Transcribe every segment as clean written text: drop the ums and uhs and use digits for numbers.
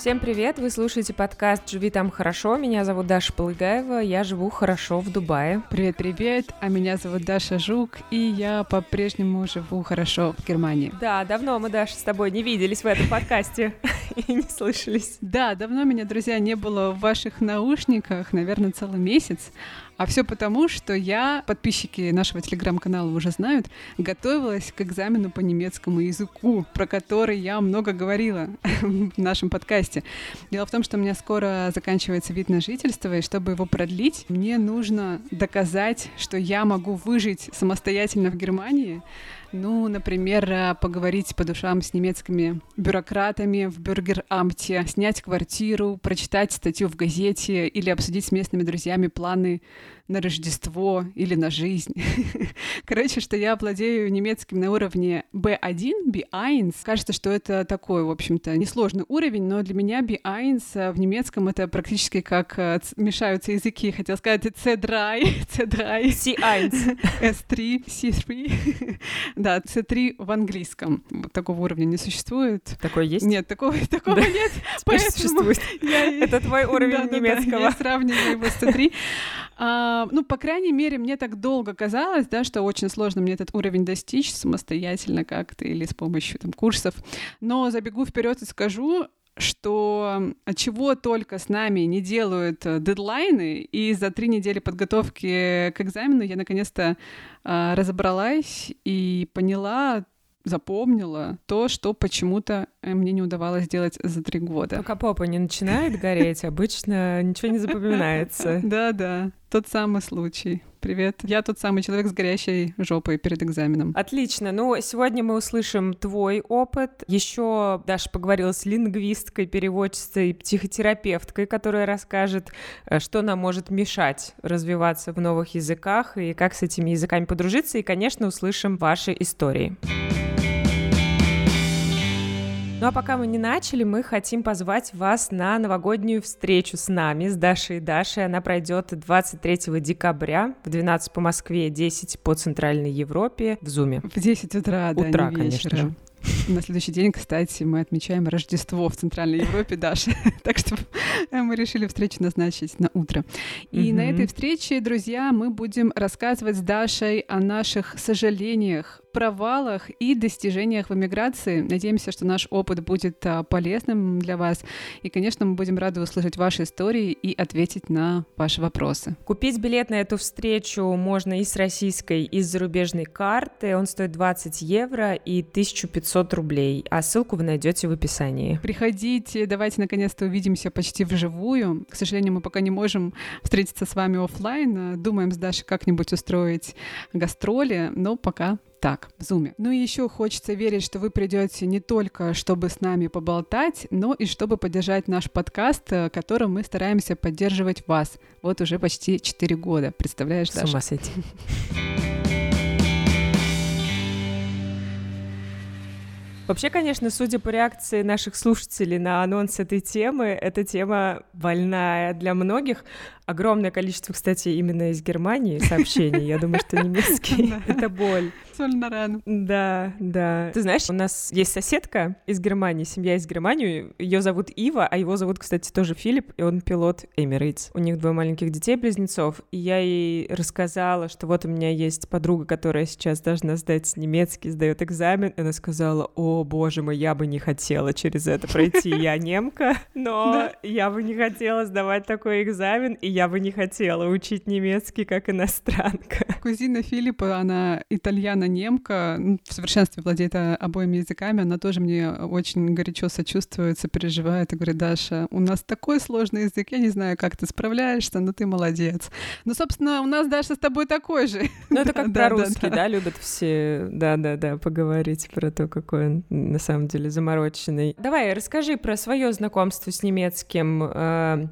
Всем привет! Вы слушаете подкаст «Живи там хорошо». Меня зовут Даша Полыгаева, я живу хорошо в Дубае. Привет-привет! А меня зовут Даша Жук, и я по-прежнему живу хорошо в Германии. Да, давно мы, Даша, с тобой не виделись в этом подкасте и не слышались. Да, давно меня, друзья, не было в ваших наушниках, наверное, целый месяц. А все потому, что я, подписчики нашего телеграм-канала уже знают, готовилась к экзамену по немецкому языку, про который я много говорила в нашем подкасте. Дело в том, что у меня скоро заканчивается вид на жительство, и чтобы его продлить, мне нужно доказать, что я могу выжить самостоятельно в Германии. Ну, например, поговорить по душам с немецкими бюрократами в бюргерамте, снять квартиру, прочитать статью в газете или обсудить с местными друзьями планы на Рождество или на жизнь. Короче, что я владею немецким на уровне B1, B1. Кажется, что это такой, в общем-то, несложный уровень, но для меня B1 в немецком это практически как мешаются языки. Хотела сказать C3, C1, S3, C3. Да, C3 в английском. Вот такого уровня не существует. Такой есть? Нет, такого нет. Теперь существует. Это твой уровень немецкого. Я сравниваю его с C3. Ну, по крайней мере, мне так долго казалось, да, что очень сложно мне этот уровень достичь самостоятельно как-то или с помощью там, курсов. Но забегу вперед и скажу, что от чего только с нами не делают дедлайны, и за 3 недели подготовки к экзамену я наконец-то разобралась и поняла, запомнила то, что почему-то мне не удавалось сделать за 3 года. Пока попа не начинает гореть, обычно ничего не запоминается. Да, тот самый случай. Привет. Я тот самый человек с горящей жопой перед экзаменом. Отлично. Ну, сегодня мы услышим твой опыт. Еще Даша поговорила с лингвисткой, переводчицей, психотерапевткой, которая расскажет, что нам может мешать развиваться в новых языках и как с этими языками подружиться. И, конечно, услышим ваши истории. Ну а пока мы не начали, мы хотим позвать вас на новогоднюю встречу с нами, с Дашей и Дашей. Она пройдет 23 декабря в 12 по Москве, 10 по Центральной Европе в Зуме. В 10 утра, да, Утра, не конечно вечера. же. На следующий день, кстати, мы отмечаем Рождество в Центральной Европе, Даша. Так что мы решили встречу назначить на утро. И на этой встрече, друзья, мы будем рассказывать с Дашей о наших сожалениях, провалах и достижениях в эмиграции. Надеемся, что наш опыт будет полезным для вас. И, конечно, мы будем рады услышать ваши истории и ответить на ваши вопросы. Купить билет на эту встречу можно и с российской, и с зарубежной карты. Он стоит 20 евро и 1500 рублей. А ссылку вы найдете в описании. Приходите, давайте наконец-то увидимся почти вживую. К сожалению, мы пока не можем встретиться с вами офлайн. Думаем с Дашей как-нибудь устроить гастроли, но пока так, в Зуме. Ну и еще хочется верить, что вы придете не только, чтобы с нами поболтать, но и чтобы поддержать наш подкаст, которым мы стараемся поддерживать вас. Вот уже почти 4 года. Представляешь, Даша? С ума сойти. Вообще, конечно, судя по реакции наших слушателей на анонс этой темы, эта тема больная для многих. Огромное количество, кстати, именно из Германии сообщений. Я думаю, что немецкий — это боль. Соль на рану. Да. Ты знаешь, у нас есть соседка из Германии, семья из Германии. Ее зовут Ива, а его зовут, кстати, тоже Филипп, и он пилот Emirates. У них 2 маленьких детей-близнецов. И я ей рассказала, что вот у меня есть подруга, которая сейчас должна сдать немецкий, сдает экзамен. И она сказала: о, боже мой, я бы не хотела через это пройти. Я немка, но я бы не хотела сдавать такой экзамен, и я бы не хотела учить немецкий как иностранка. Кузина Филиппа, она итальяно-немка, в совершенстве владеет обоими языками, она тоже мне очень горячо сочувствует, сопереживает и говорит: Даша, у нас такой сложный язык, я не знаю, как ты справляешься, но ты молодец. Ну, собственно, у нас, Даша, с тобой такой же. Ну, это как про русский, да, любят все, да, поговорить про то, какой он на самом деле замороченный. Давай, расскажи про свое знакомство с немецким.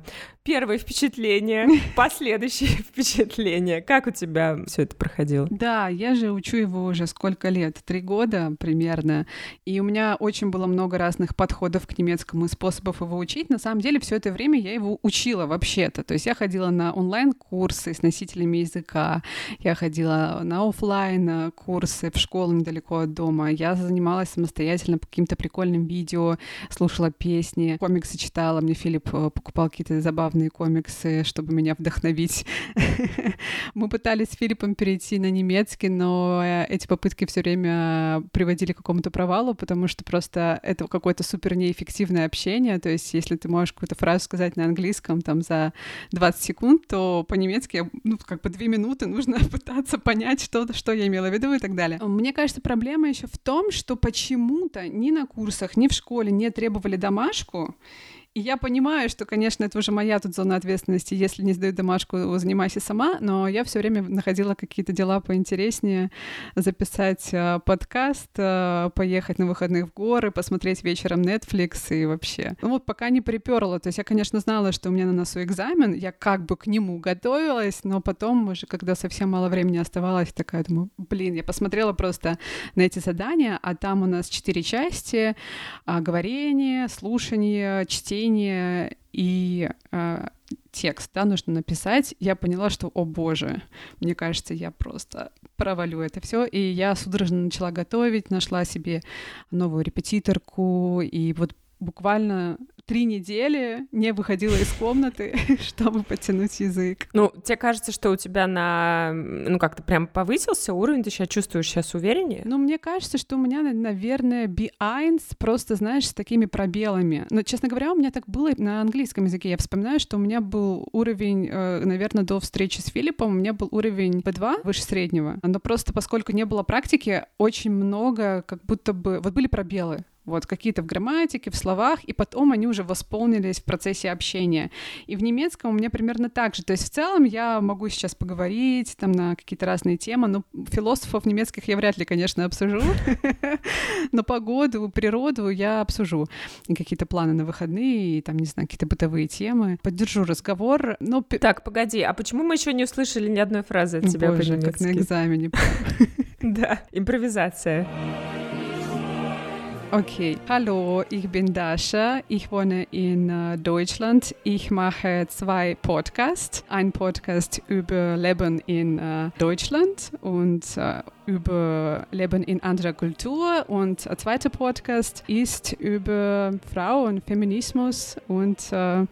первое впечатление, последующее впечатление. Как у тебя все это проходило? Да, я же учу его уже сколько лет? 3 года примерно. И у меня очень было много разных подходов к немецкому и способов его учить. На самом деле, все это время я его учила вообще-то. То есть я ходила на онлайн-курсы с носителями языка, я ходила на офлайн-курсы в школу недалеко от дома, я занималась самостоятельно по каким-то прикольным видео, слушала песни, комиксы читала. Мне Филипп покупал какие-то забавные комиксы, чтобы меня вдохновить. Мы пытались с Филиппом перейти на немецкий, но эти попытки все время приводили к какому-то провалу, потому что просто это какое-то супер неэффективное общение. То есть если ты можешь какую-то фразу сказать на английском там за 20 секунд, то по-немецки, 2 минуты нужно пытаться понять, что я имела в виду и так далее. Мне кажется, проблема еще в том, что почему-то ни на курсах, ни в школе не требовали домашку. И я понимаю, что, конечно, это уже моя тут зона ответственности. Если не сдают домашку, занимайся сама. Но я все время находила какие-то дела поинтереснее. Записать подкаст, поехать на выходных в горы, посмотреть вечером Netflix и вообще. Пока не припёрло. То есть я, конечно, знала, что у меня на носу экзамен. Я как бы к нему готовилась, но потом уже, когда совсем мало времени оставалось, такая думаю, я посмотрела просто на эти задания, а там у нас 4 части: говорение, слушание, чтение и текст, нужно написать. Я поняла, что, о боже, мне кажется, я просто провалю это все. И я судорожно начала готовить, нашла себе новую репетиторку, и буквально 3 недели не выходила из комнаты, чтобы подтянуть язык. Тебе кажется, что у тебя как-то прям повысился уровень, ты себя чувствуешь сейчас увереннее? Мне кажется, что у меня, наверное, B1, просто, знаешь, с такими пробелами. Но, честно говоря, у меня так было на английском языке. Я вспоминаю, что у меня был уровень, наверное, до встречи с Филиппом, у меня был уровень B2, выше среднего. Но просто поскольку не было практики, очень много как будто бы... были пробелы. Какие-то в грамматике, в словах, и потом они уже восполнились в процессе общения. И в немецком у меня примерно так же. То есть в целом я могу сейчас поговорить там на какие-то разные темы, но философов немецких я вряд ли, конечно, обсужу, но погоду, природу я обсужу. И какие-то планы на выходные, и там, не знаю, какие-то бытовые темы. Поддержу разговор. Так, погоди, а почему мы еще не услышали ни одной фразы от тебя по-немецки? Боже, как на экзамене. Да, импровизация. Okay, hallo, ich bin Dasha, ich wohne in Deutschland. Ich mache 2 Podcasts. Ein Podcast über Leben in Deutschland und über Leben in anderer Kultur, und ein zweiter Podcast ist über Frauen, Feminismus und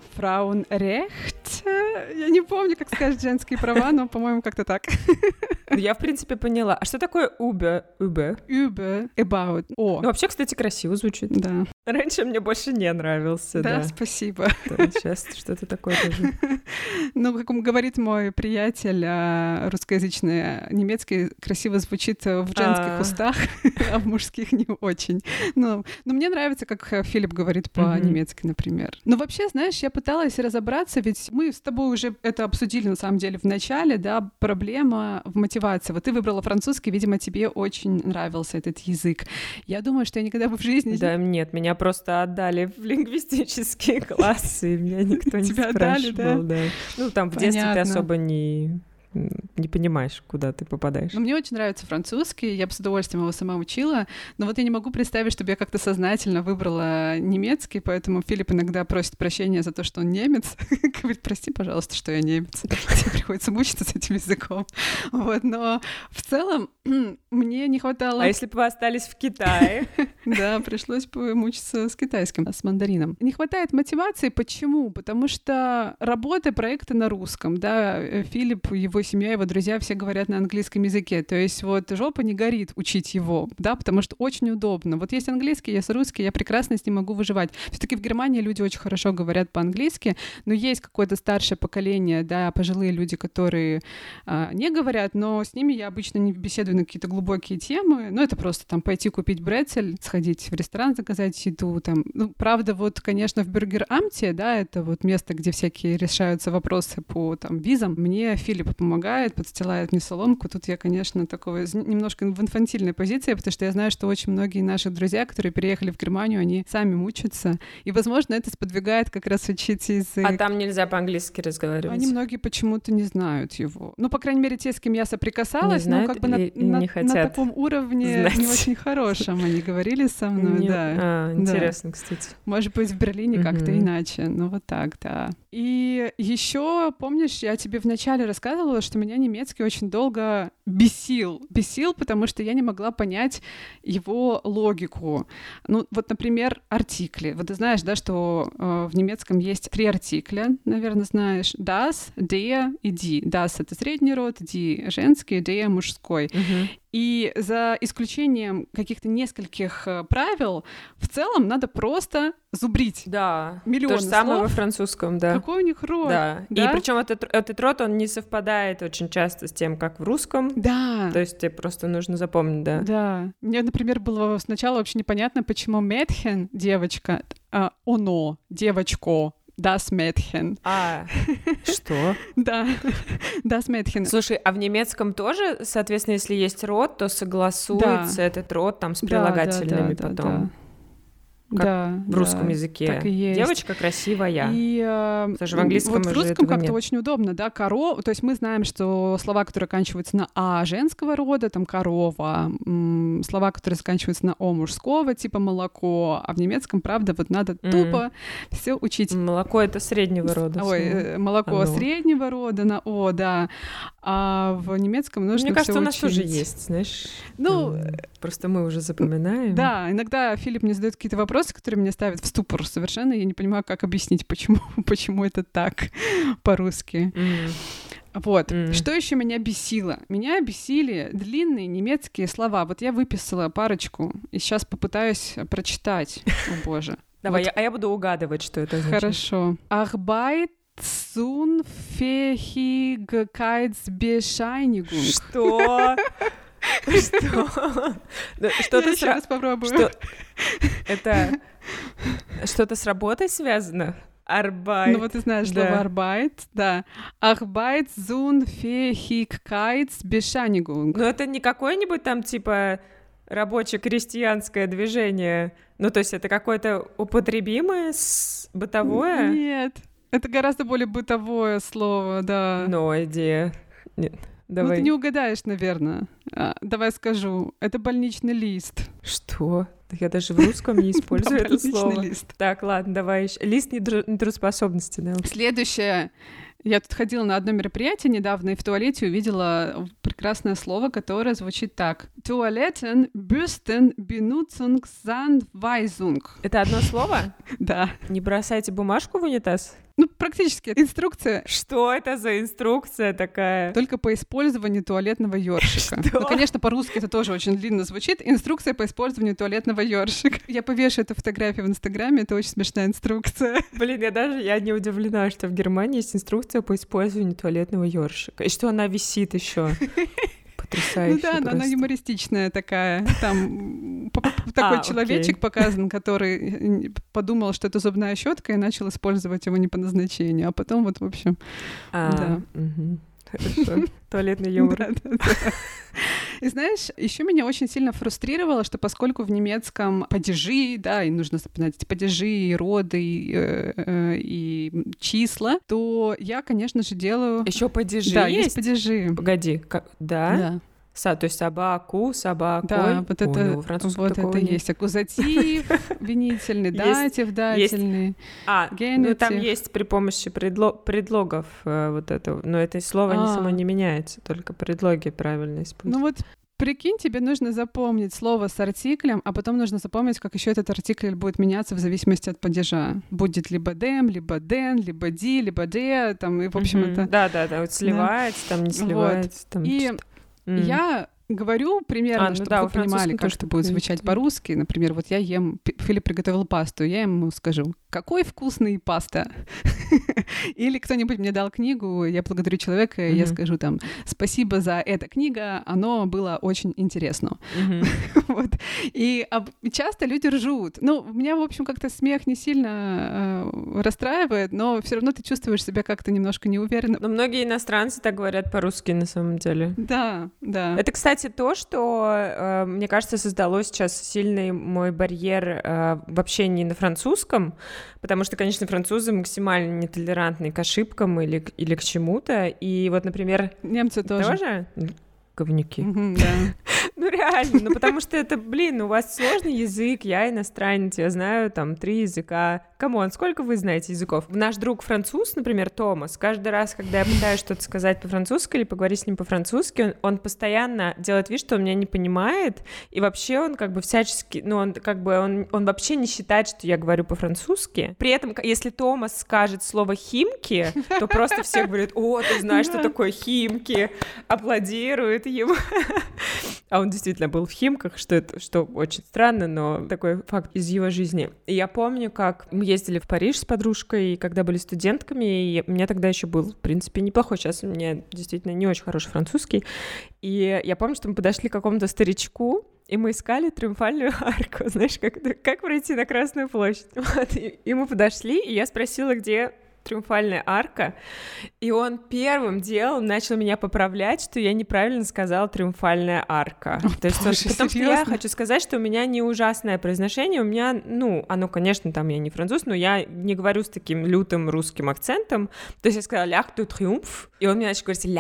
Frauenrecht. Я не помню, как сказать женские права, но, по-моему, как-то так. Я, в принципе, поняла. А что такое über? Über, about. Вообще, кстати, красиво звучит. Да. Раньше мне больше не нравился, да. Да, спасибо. Да, сейчас что-то такое тоже. Как говорит мой приятель, русскоязычный, немецкий красиво звучит в женских устах, а в мужских не очень. Но мне нравится, как Филипп говорит по-немецки, например. Но вообще, знаешь, я пыталась разобраться, ведь мы с тобой уже это обсудили, на самом деле, в начале, да, проблема в мотивации. Ты выбрала французский, видимо, тебе очень нравился этот язык. Я думаю, что я никогда бы в жизни... Да, нет, меня просто отдали в лингвистические классы, и меня никто не спрашивал. Да? Там в детстве ты особо не понимаешь, куда ты попадаешь. Мне очень нравится французский, я бы с удовольствием его сама учила, но я не могу представить, чтобы я как-то сознательно выбрала немецкий, поэтому Филипп иногда просит прощения за то, что он немец. Говорит, прости, пожалуйста, что я немец. Тебе приходится мучиться с этим языком. Но в целом мне не хватало... А если бы вы остались в Китае? Да, пришлось бы мучиться с китайским, с мандарином. Не хватает мотивации. Почему? Потому что работы, проекты на русском, да, Филипп, его семья, его друзья все говорят на английском языке. То есть жопа не горит учить его, да, потому что очень удобно. Есть английский, есть русский, я прекрасно с ним могу выживать. Все-таки в Германии люди очень хорошо говорят по-английски, но есть какое-то старшее поколение, да, пожилые люди, которые не говорят, но с ними я обычно не беседую на какие-то глубокие темы. Это просто там пойти купить брецель, сходить в ресторан, заказать еду. Там. Правда, конечно, в Бюргерамте, да, это место, где всякие решаются вопросы по визам. Мне Филипп помогает, подстилает мне соломку. Тут я, конечно, такого немножко в инфантильной позиции, потому что я знаю, что очень многие наши друзья, которые переехали в Германию, они сами мучатся. И, возможно, это сподвигает как раз учить язык. А там нельзя по-английски разговаривать? Они многие почему-то не знают его. Ну, по крайней мере, те, с кем я соприкасалась, не знают, как бы на таком уровне знать. не очень хорошем они говорили со мной, да. Интересно, кстати. Может быть, в Берлине как-то иначе, но вот так, да. И еще, помнишь, я тебе вначале рассказывала, что меня немецкий очень долго бесил. Бесил, потому что я не могла понять его логику. Ну, вот, например, артикли. Вот ты знаешь, да, что в немецком есть 3 артикля, наверное, знаешь. Das, der и die. Das — это средний род, die — женский, der — мужской. И за исключением каких-то нескольких правил, в целом надо просто зубрить. Да. Миллионы то же самое слов. во французском, да. Какой у них род? Да. Да? И причем этот род, он не совпадает очень часто с тем, как в русском. Да. То есть тебе просто нужно запомнить, да. Да. Мне, например, было сначала вообще непонятно, почему Mädchen — девочка, а оно — девочко. Das Mädchen. Что? Да, das Mädchen. Слушай, а в немецком тоже, соответственно, если есть род, то согласуется этот род там с прилагательными потом? Как в русском языке. Так и есть. Девочка красивая. И даже в английском вот в русском как-то очень удобно, да, корова. То есть мы знаем, что слова, которые оканчиваются на «а» женского рода, там корова, слова, которые заканчиваются на «о» мужского, типа молоко, а в немецком, правда, вот надо тупо все учить. Молоко — это среднего рода. Молоко среднего рода на «о», да. А в немецком нужно Мне кажется, всё у нас учить. тоже есть, знаешь. Просто мы уже запоминаем. Да, иногда Филипп мне задает какие-то вопросы, которые меня ставят в ступор совершенно. Я не понимаю, как объяснить, почему это так по-русски. Вот. Что еще меня бесило? Меня бесили длинные немецкие слова. Вот я выписала парочку и сейчас попытаюсь прочитать. О, боже. Давай, а я буду угадывать, что это значит. Хорошо. Arbeitsunfähigkeitsbescheinigung. Что? Что-то еще раз попробую. Это что-то с работой связано? Arbeit. Ну вот ты знаешь слово Arbeit, да. Arbeitsunfähigkeitsbescheinigung. Ну это не какое-нибудь там типа рабоче-крестьянское движение? Ну то есть это какое-то употребимое, бытовое? Нет, это гораздо более бытовое слово, да. Но идея. Нет. Давай. Ну, ты не угадаешь, наверное. Давай скажу. Это больничный лист. Что? Я даже в русском не использую это слово. Лист. Так, ладно, давай еще. Лист нетрудоспособности, да. Следующее. Я тут ходила на одно мероприятие недавно и в туалете увидела прекрасное слово, которое звучит так. Toiletten, Bürsten, Benutzungsanweisung. Это одно слово? Да. Не бросайте бумажку в унитаз? Ну, практически. Инструкция. Что это за инструкция такая? Только по использованию туалетного ёршика. Что? Ну, конечно, по-русски это тоже очень длинно звучит. Инструкция по использованию туалетного ёршика. Я повешу эту фотографию в Инстаграме, это очень смешная инструкция. Блин, я не удивлена, что в Германии есть инструкция по использованию туалетного ёршика. И что она висит еще. Потрясающе. Ну да, она юмористичная такая. Там такой человечек показан, который подумал, что это зубная щетка, и начал использовать его не по назначению. А потом вот, в общем, да. Хорошо. Туалетный юмор. И знаешь, еще меня очень сильно фрустрировало, что поскольку в немецком падежи, да, и нужно запоминать эти падежи, и роды, и числа, то я, конечно же, делаю... Еще падежи да, есть? Падежи. Погоди, да? То есть собаку, собакой. Да, вот это, есть. Аккузатив, винительный, датив, дательный, генитив. Ну там есть при помощи предлогов вот это, но это слово само не меняется, только предлоги правильно используют. Ну вот прикинь, тебе нужно запомнить слово с артиклем, а потом нужно запомнить, как еще этот артикль будет меняться в зависимости от падежа. Будет либо dem, либо den, либо die, либо der, там, и в общем это... Да, вот сливается, там не сливается. Вот. Там и я говорю примерно, чтобы вы понимали, как это будет звучать по-русски. Например, вот я ем, Филипп приготовил пасту, я ему скажу: какой вкусный паста. Или кто-нибудь мне дал книгу, я благодарю человека, и я скажу там: спасибо за эту книгу, оно было очень интересно. Вот. И часто люди ржут. Ну, меня, в общем, как-то смех не сильно расстраивает, но все равно ты чувствуешь себя как-то немножко неуверенно. Но многие иностранцы так говорят по-русски на самом деле. Да, да. Это, кстати, то, что, мне кажется, создало сейчас сильный мой барьер в общении на французском, потому что, конечно, французы максимально нетолерантны к ошибкам или к чему-то. И вот, например... Немцы тоже? Говнюки. Да. Ну, реально, ну, потому что это, у вас сложный язык, я иностранец, я знаю там 3 языка. Камон, сколько вы знаете языков? Наш друг француз, например, Томас, каждый раз, когда я пытаюсь что-то сказать по-французски или поговорить с ним по-французски, он постоянно делает вид, что он меня не понимает, и вообще он как бы всячески, он вообще не считает, что я говорю по-французски. При этом, если Томас скажет слово «химки», то просто все говорят: о, ты знаешь, что такое «химки», аплодируют ему. А он действительно был в Химках, что очень странно, но такой факт из его жизни. И я помню, как мы ездили в Париж с подружкой, когда были студентками, и у меня тогда еще был, в принципе, неплохой, сейчас у меня действительно не очень хороший французский. И я помню, что мы подошли к какому-то старичку, и мы искали Триумфальную арку, знаешь, как пройти на Красную площадь. Вот. И мы подошли, и я спросила, где Триумфальная арка, и он первым делом начал меня поправлять, что я неправильно сказала Триумфальная арка. То есть, потому что я хочу сказать, что у меня не ужасное произношение, у меня, оно, конечно, там я не француз, но я не говорю с таким лютым русским акцентом. То есть я сказала «L'arc de Triomphe», и он мне начал говорить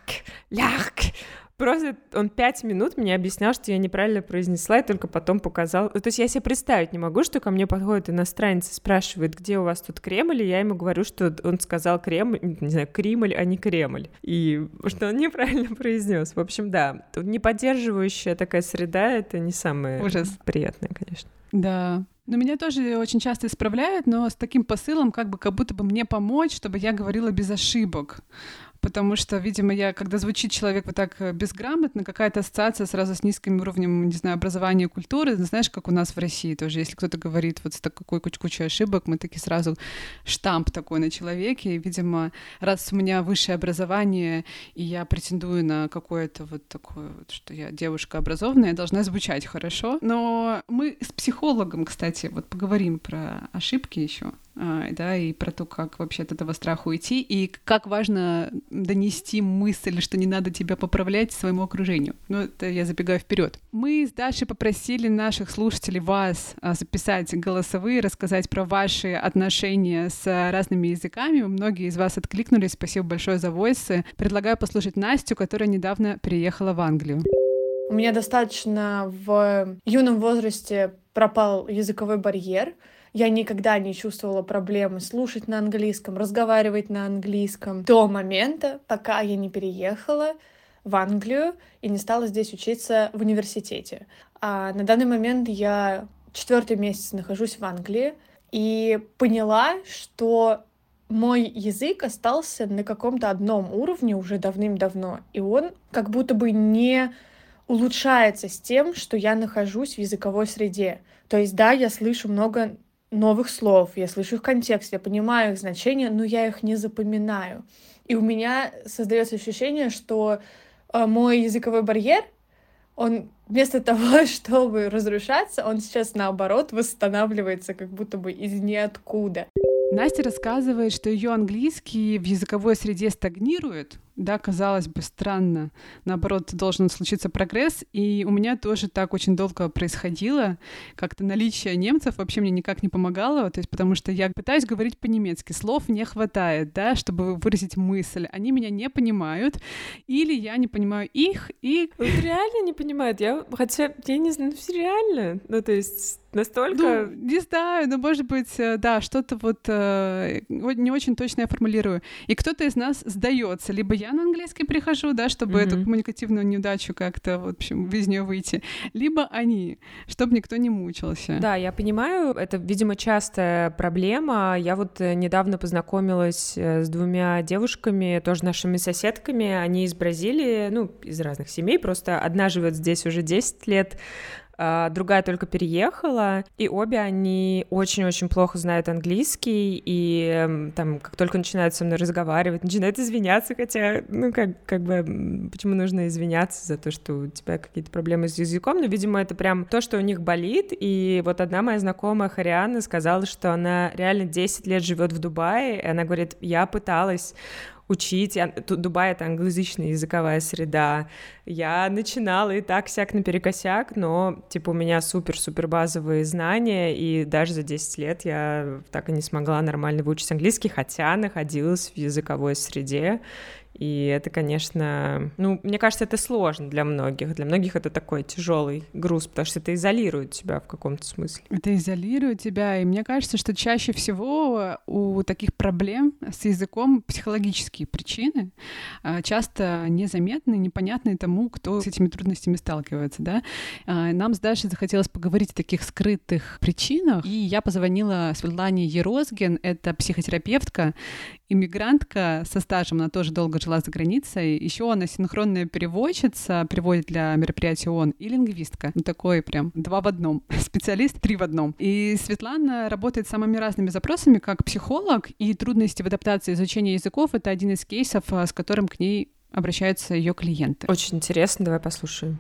«L'arc». Просто он 5 минут мне объяснял, что я неправильно произнесла, и только потом показал. То есть я себе представить не могу, что ко мне подходит иностранец и спрашивает, где у вас тут Кремль, и я ему говорю, что он сказал Кремль, не знаю, Кремль, а не Кремль. И что он неправильно произнес. В общем, да, неподдерживающая такая среда — это не самое приятное, конечно. Да. Но меня тоже очень часто исправляют, но с таким посылом, как будто бы мне помочь, чтобы я говорила без ошибок. Потому что, видимо, когда звучит человек вот так безграмотно, какая-то ассоциация сразу с низким уровнем, не знаю, образования и культуры. Знаешь, как у нас в России тоже, если кто-то говорит вот с такой кучей ошибок, мы таки сразу штамп такой на человеке. И, видимо, раз у меня высшее образование, и я претендую на какое-то вот такое вот, что я девушка образованная, я должна звучать хорошо. Но мы с психологом, кстати, вот поговорим про ошибки еще. Да, и про то, как вообще от этого страха уйти, и как важно донести мысль, что не надо тебя поправлять своему окружению. Ну, это я забегаю вперед. Мы с Дашей попросили наших слушателей, вас, записать голосовые, рассказать про ваши отношения с разными языками. Многие из вас откликнулись, спасибо большое за войсы. Предлагаю послушать Настю, которая недавно переехала в Англию. У меня достаточно в юном возрасте пропал языковой барьер. Я никогда не чувствовала проблемы слушать на английском, разговаривать на английском до момента, пока я не переехала в Англию и не стала здесь учиться в университете. А на данный момент я 4-й месяц нахожусь в Англии и поняла, что мой язык остался на каком-то одном уровне уже давным-давно, и он как будто бы не улучшается с тем, что я нахожусь в языковой среде. То есть, да, я слышу много новых слов, я слышу их контекст, я понимаю их значение, но я их не запоминаю. И у меня создается ощущение, что мой языковой барьер, он вместо того, чтобы разрушаться, он сейчас, наоборот, восстанавливается как будто бы из ниоткуда. Настя рассказывает, что ее английский в языковой среде стагнирует. Да, казалось бы, странно. Наоборот, должен случиться прогресс. И у меня тоже так очень долго происходило. Как-то наличие немцев вообще мне никак не помогало. То есть, потому что я пытаюсь говорить по-немецки. Слов не хватает, да, чтобы выразить мысль. Они меня не понимают. Или я не понимаю их. И... Вот реально не понимают. Хотя я не знаю, реально. Ну, то есть... настолько... Не знаю, но, может быть, да, что-то вот не очень точно я формулирую. И кто-то из нас сдается. Либо я на английский прихожу, да, чтобы эту коммуникативную неудачу как-то, в общем, из нее выйти, либо они, чтобы никто не мучился. Да, я понимаю, это, видимо, частая проблема. Я вот недавно познакомилась с 2 девушками, тоже нашими соседками. Они из Бразилии, из разных семей, просто одна живет здесь уже 10 лет, другая только переехала, и обе они очень-очень плохо знают английский, и там, как только начинают со мной разговаривать, начинают извиняться, хотя, как бы, почему нужно извиняться за то, что у тебя какие-то проблемы с языком, но, видимо, это прям то, что у них болит, и вот одна моя знакомая Хариана сказала, что она реально 10 лет живет в Дубае, и она говорит, я пыталась учить. Дубай — это англоязычная языковая среда. Я начинала и так-сяк наперекосяк, но, у меня супер-супер базовые знания, и даже за 10 лет я так и не смогла нормально выучить английский, хотя находилась в языковой среде. И это, конечно, мне кажется, это сложно для многих. Для многих это такой тяжелый груз, потому что это изолирует тебя в каком-то смысле. Это изолирует тебя, и мне кажется, что чаще всего у таких проблем с языком психологические причины, часто незаметны, непонятны тому, кто с этими трудностями сталкивается, да. Нам с Дашей захотелось поговорить о таких скрытых причинах, и я позвонила Светлане Ерозген, это психотерапевтка, иммигрантка со стажем, она тоже долго жила за границей. Еще она синхронная переводчица, переводит для мероприятий ООН, и лингвистка. Такой прям 2 в 1. Специалист 3 в 1. И Светлана работает с самыми разными запросами, как психолог, и трудности в адаптации изучения языков — это один из кейсов, с которым к ней обращаются ее клиенты. Очень интересно, давай послушаем.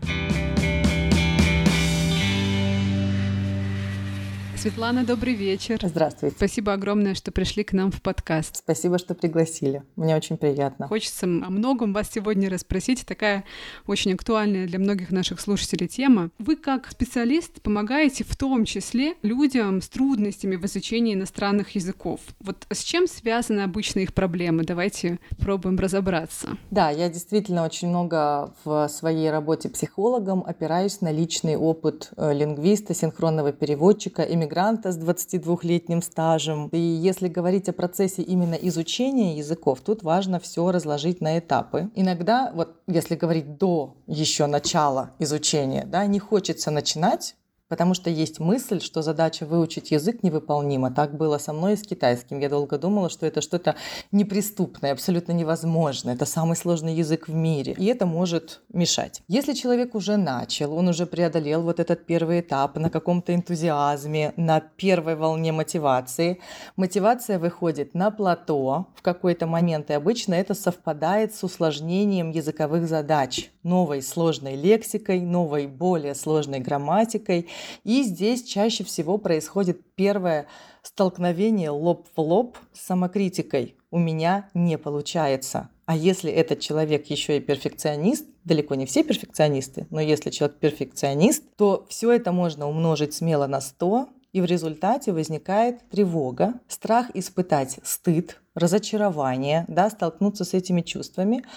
Светлана, добрый вечер. Здравствуйте. Спасибо огромное, что пришли к нам в подкаст. Спасибо, что пригласили. Мне очень приятно. Хочется о многом вас сегодня расспросить. Такая очень актуальная для многих наших слушателей тема. Вы как специалист помогаете в том числе людям с трудностями в изучении иностранных языков. Вот с чем связаны обычно их проблемы? Давайте попробуем разобраться. Да, я действительно очень много в своей работе психологом опираюсь на личный опыт лингвиста, синхронного переводчика, иммигранта с 22-летним стажем. И если говорить о процессе именно изучения языков, тут важно все разложить на этапы. Иногда, если говорить до еще начала изучения, не хочется начинать, потому что есть мысль, что задача выучить язык невыполнима. Так было со мной и с китайским. Я долго думала, что это что-то неприступное, абсолютно невозможное. Это самый сложный язык в мире. И это может мешать. Если человек уже начал, он уже преодолел этот первый этап на каком-то энтузиазме, на первой волне мотивации, мотивация выходит на плато в какой-то момент, и обычно это совпадает с усложнением языковых задач, новой сложной лексикой, новой более сложной грамматикой. И здесь чаще всего происходит первое столкновение лоб в лоб с самокритикой. У меня не получается. А если этот человек еще и перфекционист, далеко не все перфекционисты, но если человек перфекционист, то все это можно умножить смело на 100, и в результате возникает тревога, страх испытать стыд, разочарование, столкнуться с этими чувствами.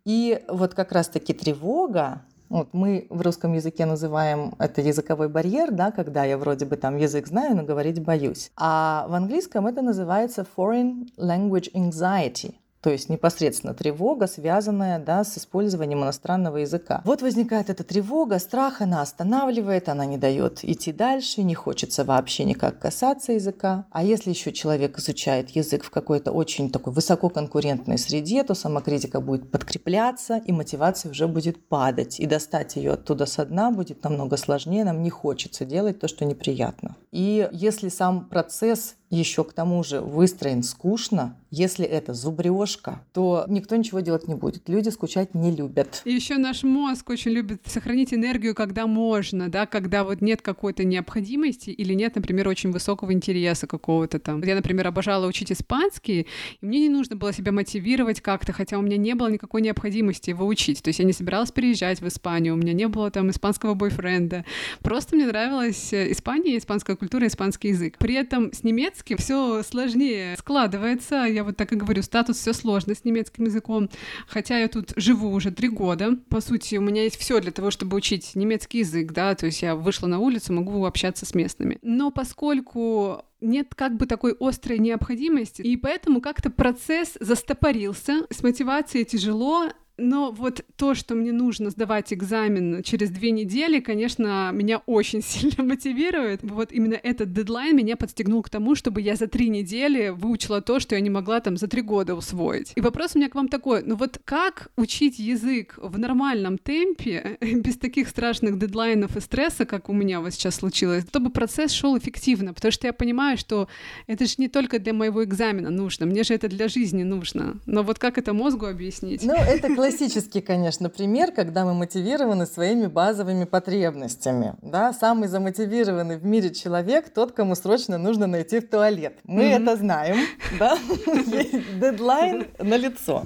И как раз-таки тревога, мы в русском языке называем это языковой барьер, когда я вроде бы язык знаю, но говорить боюсь. А в английском это называется foreign language anxiety. То есть непосредственно тревога, связанная с использованием иностранного языка. Возникает эта тревога, страх, она останавливает, она не дает идти дальше, не хочется вообще никак касаться языка. А если еще человек изучает язык в какой-то очень такой высококонкурентной среде, то самокритика будет подкрепляться, и мотивация уже будет падать. И достать ее оттуда со дна будет намного сложнее, нам не хочется делать то, что неприятно. И если сам процесс еще к тому же выстроен скучно, если это зубрежка, то никто ничего делать не будет. Люди скучать не любят. И еще наш мозг очень любит сохранить энергию, когда можно, когда нет какой-то необходимости или нет, например, очень высокого интереса какого-то там. Я, например, обожала учить испанский, и мне не нужно было себя мотивировать как-то, хотя у меня не было никакой необходимости его учить. То есть я не собиралась переезжать в Испанию, у меня не было испанского бойфренда. Просто мне нравилась Испания, испанская культура, испанский язык. При этом с немецким немецким все сложнее складывается. Я вот так и говорю, статус все сложно с немецким языком. Хотя я тут живу уже 3 года. По сути, у меня есть все для того, чтобы учить немецкий язык, да, то есть я вышла на улицу, могу общаться с местными. Но поскольку нет как бы такой острой необходимости, и поэтому как-то процесс застопорился, с мотивацией тяжело. Но вот то, что мне нужно сдавать экзамен через 2 недели, конечно, меня очень сильно мотивирует. Вот именно этот дедлайн меня подстегнул к тому, чтобы я за 3 недели выучила то, что я не могла там за 3 года усвоить. И вопрос у меня к вам такой, ну вот как учить язык в нормальном темпе, без таких страшных дедлайнов и стресса, как у меня вот сейчас случилось, чтобы процесс шел эффективно, потому что я понимаю, что это же не только для моего экзамена нужно, мне же это для жизни нужно. Но вот как это мозгу объяснить? Ну, это классический, конечно, пример, когда мы мотивированы своими базовыми потребностями. Да? Самый замотивированный в мире человек — тот, кому срочно нужно найти в туалет. Мы это знаем, да? Дедлайн налицо.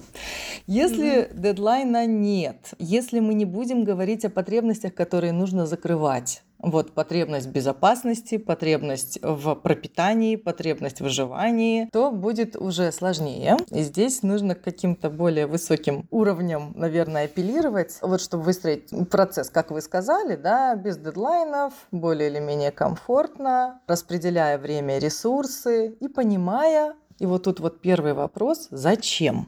Если дедлайна нет, если мы не будем говорить о потребностях, которые нужно закрывать, вот потребность в безопасности, потребность в пропитании, потребность в выживании, то будет уже сложнее. И здесь нужно к каким-то более высоким уровням, наверное, апеллировать, вот чтобы выстроить процесс, как вы сказали, да, без дедлайнов, более или менее комфортно, распределяя время и ресурсы и понимая, и вот тут вот первый вопрос: зачем?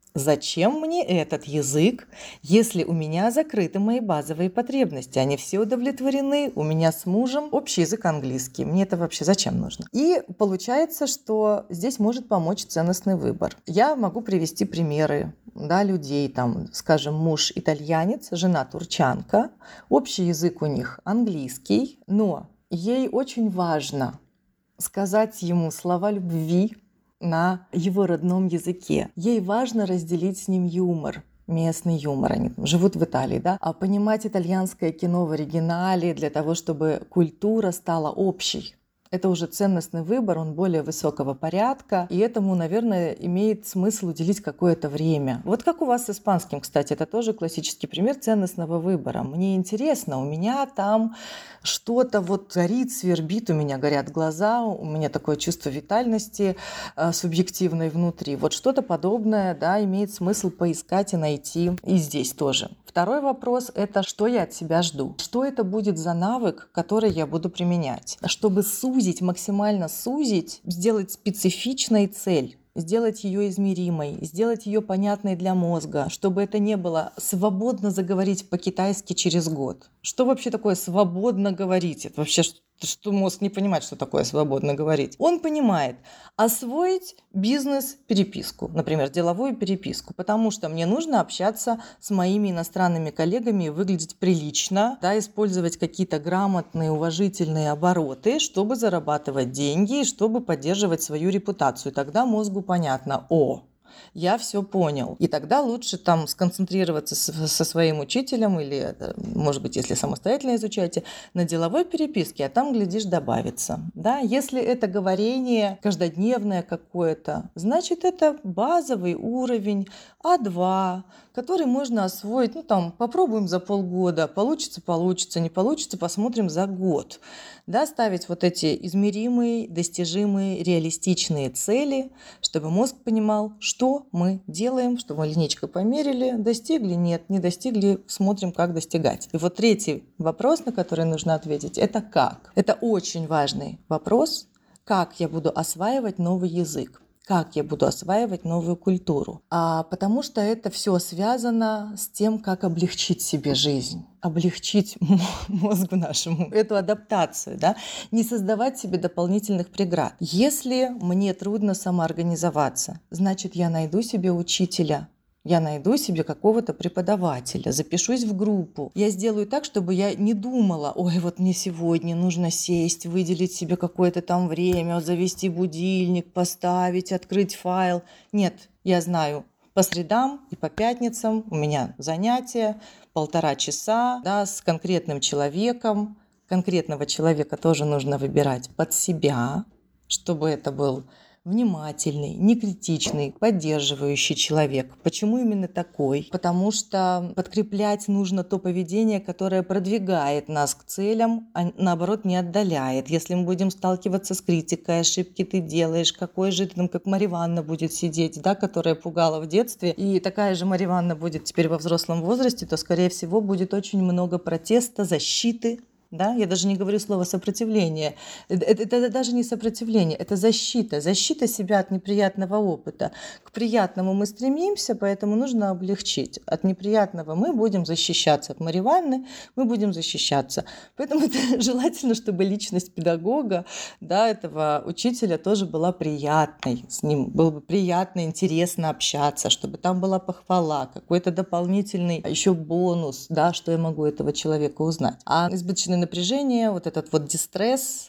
Зачем мне этот язык, если у меня закрыты мои базовые потребности? Они все удовлетворены, у меня с мужем общий язык английский. Мне это вообще зачем нужно? И получается, что здесь может помочь ценностный выбор. Я могу привести примеры, да, людей, там, скажем, муж итальянец, жена турчанка, общий язык у них английский, но ей очень важно сказать ему слова любви на его родном языке. Ей важно разделить с ним юмор, местный юмор. Они там живут в Италии, да? А понимать итальянское кино в оригинале для того, чтобы культура стала общей. Это уже ценностный выбор, он более высокого порядка, и этому, наверное, имеет смысл уделить какое-то время. Вот как у вас с испанским, кстати, это тоже классический пример ценностного выбора. Мне интересно, у меня там что-то вот горит, свербит, у меня горят глаза, у меня такое чувство витальности субъективной внутри. Вот что-то подобное, да, имеет смысл поискать и найти и здесь тоже. Второй вопрос — это что я от себя жду? Что это будет за навык, который я буду применять? Чтобы сузить, максимально сузить, сделать специфичной цель, сделать ее измеримой, сделать ее понятной для мозга, чтобы это не было свободно заговорить по-китайски через год. Что вообще такое свободно говорить? Это вообще что мозг не понимает, что такое свободно говорить. Он понимает освоить бизнес-переписку, например, деловую переписку, потому что мне нужно общаться с моими иностранными коллегами и выглядеть прилично, да, использовать какие-то грамотные, уважительные обороты, чтобы зарабатывать деньги и чтобы поддерживать свою репутацию. Тогда мозгу понятно: о, я все понял. И тогда лучше там сконцентрироваться со своим учителем или, может быть, если самостоятельно изучаете, на деловой переписке, а там, глядишь, добавится. Да? Если это говорение каждодневное какое-то, значит, это базовый уровень А2, который можно освоить, ну там, попробуем за полгода, получится, не получится, посмотрим за год. Да, ставить вот эти измеримые, достижимые, реалистичные цели, чтобы мозг понимал, что мы делаем, что мы линейкой померили, достигли, нет, не достигли, смотрим, как достигать. И вот третий вопрос, на который нужно ответить, это как. Это очень важный вопрос, как я буду осваивать новый язык. Как я буду осваивать новую культуру. Потому что это все связано с тем, как облегчить себе жизнь, облегчить мозгу нашему эту адаптацию, да? Не создавать себе дополнительных преград. Если мне трудно самоорганизоваться, значит, я найду себе учителя, я найду себе какого-то преподавателя, запишусь в группу. Я сделаю так, чтобы я не думала: ой, вот мне сегодня нужно сесть, выделить себе какое-то там время, завести будильник, поставить, открыть файл. Нет, я знаю, по средам и по пятницам у меня занятия 1,5 часа, да, с конкретным человеком. Конкретного человека тоже нужно выбирать под себя, чтобы это был внимательный, некритичный, поддерживающий человек. Почему именно такой? Потому что подкреплять нужно то поведение, которое продвигает нас к целям, а наоборот не отдаляет. Если мы будем сталкиваться с критикой, ошибки ты делаешь, какой же ты там, как Марья Ивановна будет сидеть, да, которая пугала в детстве, и такая же Марья Ивановна будет теперь во взрослом возрасте, то, скорее всего, будет очень много протеста, защиты. Да? Я даже не говорю слово сопротивление. Это даже не сопротивление, это защита. Защита себя от неприятного опыта. К приятному мы стремимся, поэтому нужно облегчить. От неприятного мы будем защищаться. От Марьи Ивановны мы будем защищаться. Поэтому это желательно, чтобы личность педагога, да, этого учителя тоже была приятной. С ним было бы приятно, интересно общаться, чтобы там была похвала, какой-то дополнительный еще бонус, да, что я могу этого человека узнать. А избыточный напряжение, вот этот вот дистресс,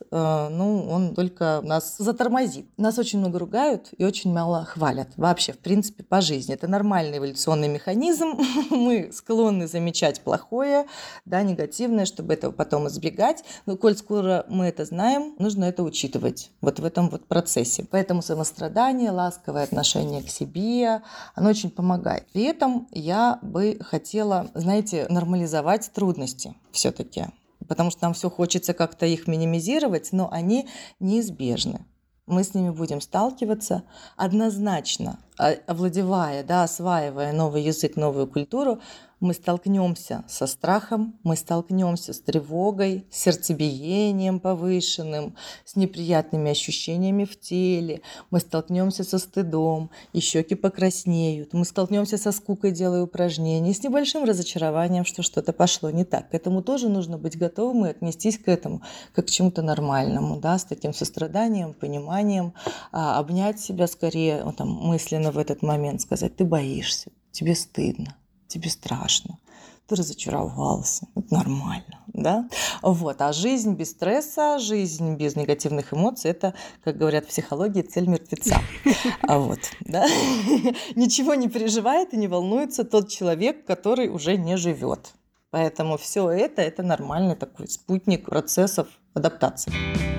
он только нас затормозит. Нас очень много ругают и очень мало хвалят. Вообще, в принципе, по жизни. Это нормальный эволюционный механизм. Мы склонны замечать плохое, да, негативное, чтобы этого потом избегать. Но коль скоро мы это знаем, нужно это учитывать вот в этом вот процессе. Поэтому самострадание, ласковое отношение к себе, оно очень помогает. При этом я бы хотела, знаете, нормализовать трудности все-таки. Потому что нам все хочется как-то их минимизировать, но они неизбежны. Мы с ними будем сталкиваться однозначно, овладевая, да, осваивая новый язык, новую культуру. Мы столкнемся со страхом, мы столкнемся с тревогой, с сердцебиением повышенным, с неприятными ощущениями в теле, мы столкнемся со стыдом, и щеки покраснеют, мы столкнемся со скукой, делая упражнения, с небольшим разочарованием, что что-то пошло не так. К этому тоже нужно быть готовым и отнестись к этому как к чему-то нормальному, да, с таким состраданием, пониманием, обнять себя скорее там, мысленно в этот момент, сказать: ты боишься, тебе стыдно. Тебе страшно, ты разочаровался, это нормально, да? Вот. А жизнь без стресса, жизнь без негативных эмоций – это, как говорят в психологии, цель мертвеца. Вот, да? Ничего не переживает и не волнуется тот человек, который уже не живет. Поэтому все это нормальный такой спутник процессов адаптации.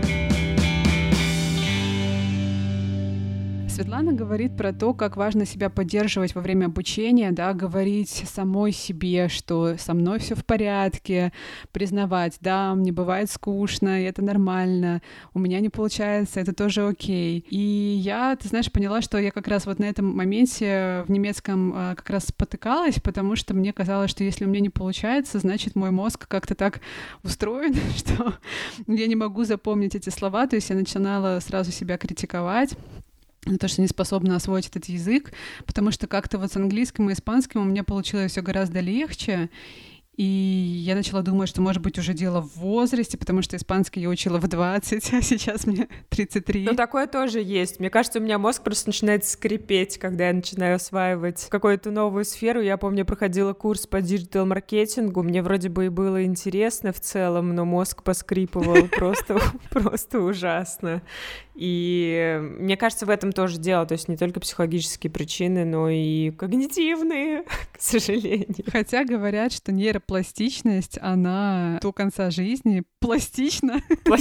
Светлана говорит про то, как важно себя поддерживать во время обучения, да, говорить самой себе, что со мной все в порядке, признавать: да, мне бывает скучно, и это нормально, у меня не получается, это тоже окей. И я, ты знаешь, поняла, что я как раз вот на этом моменте в немецком как раз спотыкалась, потому что мне казалось, что если у меня не получается, значит, мой мозг как-то так устроен, что я не могу запомнить эти слова, то есть я начинала сразу себя критиковать, то, что не способна освоить этот язык, потому что как-то вот с английским и испанским у меня получилось все гораздо легче, и я начала думать, что, может быть, уже дело в возрасте, потому что испанский я учила в 20, а сейчас мне 33. Ну, такое тоже есть. Мне кажется, у меня мозг просто начинает скрипеть, когда я начинаю осваивать какую-то новую сферу. Я помню, я проходила курс по диджитал-маркетингу, мне вроде бы и было интересно в целом, но мозг поскрипывал просто ужасно. И мне кажется, в этом тоже дело, то есть не только психологические причины, но и когнитивные, к сожалению. Хотя говорят, что нейропластичность, она до конца жизни пластична.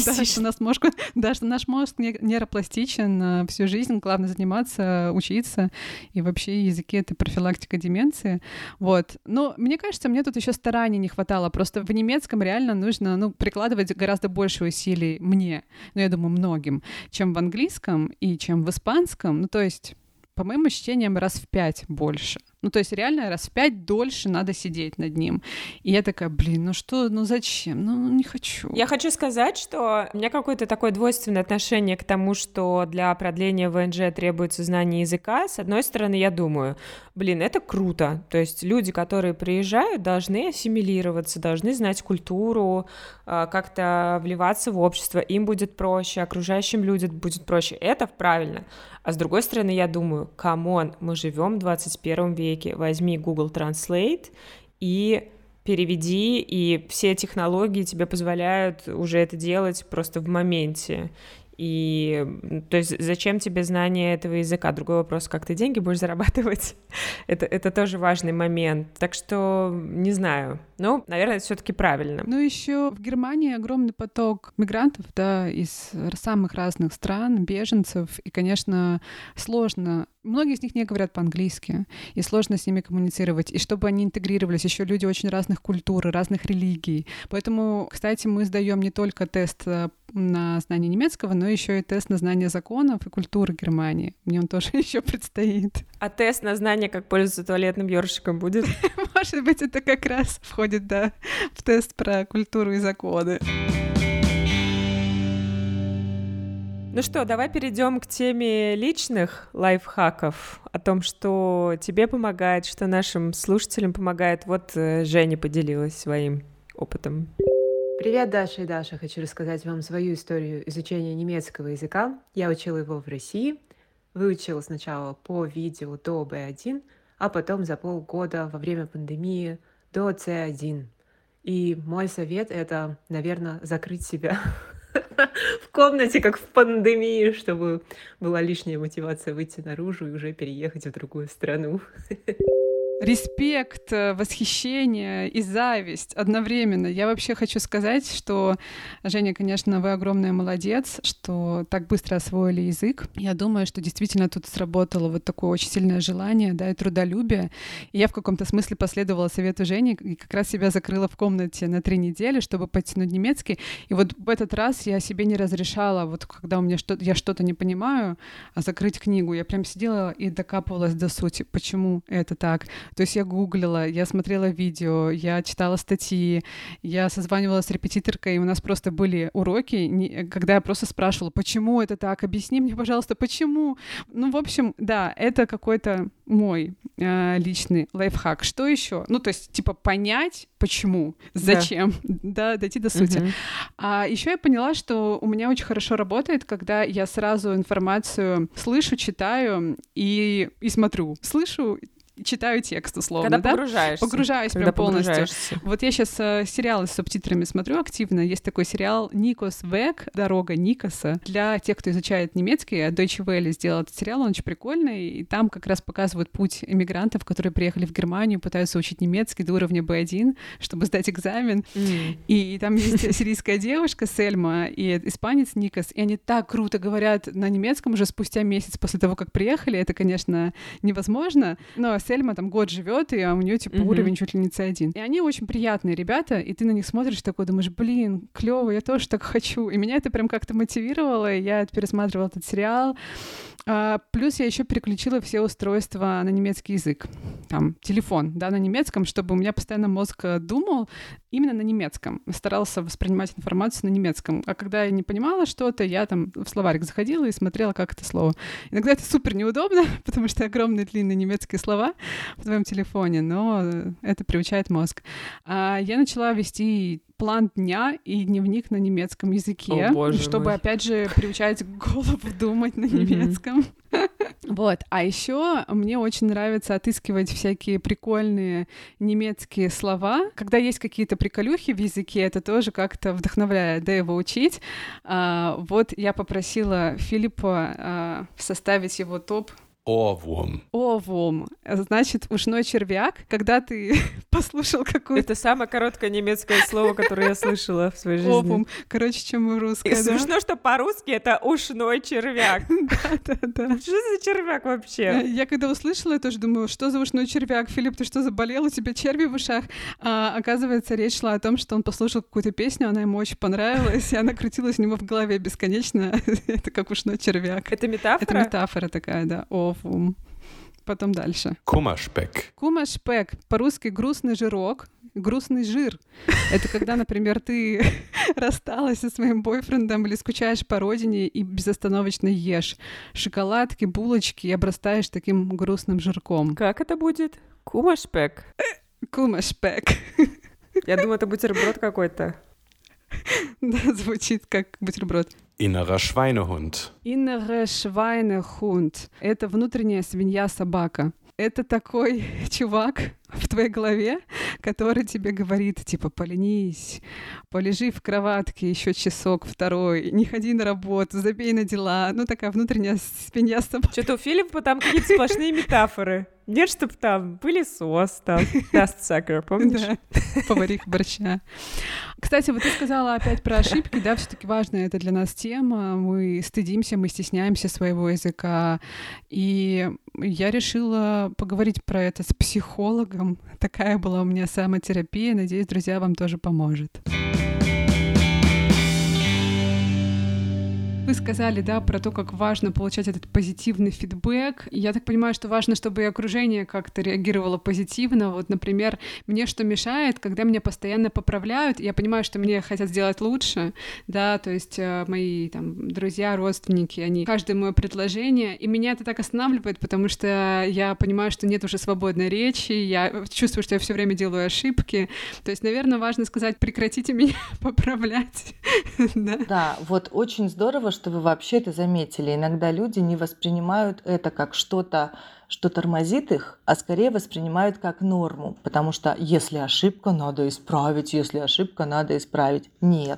Что наш мозг нейропластичен всю жизнь, главное заниматься, учиться, и вообще языки — это профилактика деменции. Вот. Но мне кажется, мне тут еще стараний не хватало, просто в немецком реально нужно прикладывать гораздо больше усилий мне, я думаю, многим, чем в английском и чем в испанском. То есть, по моим ощущениям, раз в 5 больше. То есть реально раз в 5 дольше надо сидеть над ним. И я такая: зачем? Не хочу. Я хочу сказать, что у меня какое-то такое двойственное отношение к тому, что для продления ВНЖ требуется знание языка. С одной стороны, я думаю, это круто. То есть люди, которые приезжают, должны ассимилироваться, должны знать культуру, как-то вливаться в общество. Им будет проще, окружающим людям будет проще. Это правильно. А с другой стороны, я думаю, камон, мы живем в 21 веке. Возьми Google Translate и переведи, и все технологии тебе позволяют уже это делать просто в моменте. И, то есть, зачем тебе знание этого языка? Другой вопрос, как ты деньги будешь зарабатывать. Это тоже важный момент. Так что, не знаю. Но, наверное, это все-таки правильно. Ну, еще в Германии огромный поток мигрантов, да, из самых разных стран, беженцев. И, конечно, сложно. Многие из них не говорят по-английски, и сложно с ними коммуницировать. И чтобы они интегрировались, еще люди очень разных культур, разных религий. Поэтому, кстати, мы сдаем не только тест на знание немецкого, но еще и тест на знание законов и культуры Германии. Мне он тоже еще предстоит. А тест на знание, как пользоваться туалетным ёршиком, будет? Может быть, это как раз входит, да, в тест про культуру и законы. Ну что, давай перейдем к теме личных лайфхаков, о том, что тебе помогает, что нашим слушателям помогает. Вот Женя поделилась своим опытом. Привет, Даша и Даша. Хочу рассказать вам свою историю изучения немецкого языка. Я учила его в России, выучила сначала по видео до B1, а потом за полгода во время пандемии до C1. И мой совет — это, наверное, закрыть себя в комнате, как в пандемии, чтобы была лишняя мотивация выйти наружу и уже переехать в другую страну. Респект, восхищение и зависть одновременно. Я вообще хочу сказать, что, Женя, конечно, вы огромная молодец, что так быстро освоили язык. Я думаю, что действительно тут сработало вот такое очень сильное желание, да, и трудолюбие. И я в каком-то смысле последовала совету Жени и как раз себя закрыла в комнате на 3 недели, чтобы подтянуть немецкий. И вот в этот раз я себе не разрешала, вот когда у меня я что-то не понимаю, закрыть книгу. Я прям сидела и докапывалась до сути, почему это так. То есть я гуглила, я смотрела видео, я читала статьи, я созванивалась с репетиторкой, и у нас просто были уроки, когда я просто спрашивала, почему это так, объясни мне, пожалуйста, почему. Ну, в общем, да, это какой-то мой личный лайфхак. Что еще? Ну, то есть, типа, понять, почему, зачем, да, дойти до сути. А еще я поняла, что у меня очень хорошо работает, когда я сразу информацию слышу, читаю и смотрю. Слышу, читаю текст, условно, когда да? погружаешься. Погружаюсь прям полностью. Вот я сейчас сериалы с субтитрами смотрю активно. Есть такой сериал «Никос Век», «Дорога Никоса». Для тех, кто изучает немецкий, Deutsche Welle сделал этот сериал, он очень прикольный, и там как раз показывают путь эмигрантов, которые приехали в Германию, пытаются учить немецкий до уровня B1, чтобы сдать экзамен. И там есть сирийская девушка Сельма и испанец Никос, и они так круто говорят на немецком уже спустя месяц после того, как приехали. Это, конечно, невозможно, но Сельма там год живет, и у нее типа уровень чуть ли не C1. И они очень приятные ребята, и ты на них смотришь такой, думаешь, блин, клево, я тоже так хочу. И меня это прям как-то мотивировало, и я пересматривала этот сериал. Плюс я еще переключила все устройства на немецкий язык. Там, телефон, да, на немецком, чтобы у меня постоянно мозг думал именно на немецком. Старался воспринимать информацию на немецком. А когда я не понимала что-то, я там в словарик заходила и смотрела, как это слово. Иногда это супер неудобно, потому что огромные длинные немецкие слова в твоем телефоне, но это приучает мозг. Я начала вести план дня и дневник на немецком языке, чтобы, опять же, приучать голову думать на немецком. Вот. А еще мне очень нравится отыскивать всякие прикольные немецкие слова. Когда есть какие-то приколюхи в языке, это тоже как-то вдохновляет, да, его учить. Вот я попросила Филиппа составить его топ. Овум. Значит, ушной червяк. Когда ты послушал какую-то... Это самое короткое немецкое слово, которое я слышала в своей жизни. Овум. Короче, чем русское. И смешно, что по-русски это ушной червяк. Да. Что за червяк вообще? Я когда услышала, я тоже думаю, что за ушной червяк? Филипп, ты что, заболел? У тебя черви в ушах? Оказывается, речь шла о том, что он послушал какую-то песню, она ему очень понравилась, и она крутилась у него в голове бесконечно. Это как ушной червяк. Это метафора? Это метафора такая, да. Потом дальше. Кумашпек. Кумашпек. По-русски грустный жирок. Грустный жир. Это когда, например, ты рассталась со своим бойфрендом или скучаешь по родине и безостановочно ешь шоколадки, булочки и обрастаешь таким грустным жирком. Как это будет? Кумашпек. Кумашпек. Я думаю, это бутерброд какой-то. Да, звучит как бутерброд. Innerer Schweinehund. Innerer Schweinehund. Это внутренняя свинья-собака. Это такой чувак в твоей голове, который тебе говорит, типа, поленись, полежи в кроватке еще часок второй, не ходи на работу, забей на дела. Ну, такая внутренняя свинья с собой. Что-то у Филиппа там какие-то сплошные метафоры. Нет, чтоб там пылесос, там, dust-sucker, помнишь? Да, повариха борща. Кстати, вот ты сказала опять про ошибки, да, все-таки важная это для нас тема. Мы стыдимся, мы стесняемся своего языка. И я решила поговорить про это с психологом. Такая была у меня самотерапия. Надеюсь, друзья, вам тоже поможет. Вы сказали, да, про то, как важно получать этот позитивный фидбэк. И я так понимаю, что важно, чтобы и окружение как-то реагировало позитивно. Вот, например, мне что мешает, когда меня постоянно поправляют, я понимаю, что мне хотят сделать лучше, да, то есть мои там друзья, родственники, они каждое мое предложение, и меня это так останавливает, потому что я понимаю, что нет уже свободной речи, я чувствую, что я все время делаю ошибки. То есть, наверное, важно сказать: прекратите меня поправлять. Да, вот очень здорово, что вы вообще это заметили. Иногда люди не воспринимают это как что-то, что тормозит их, а скорее воспринимают как норму. Потому что если ошибка, надо исправить, если ошибка, надо исправить. Нет.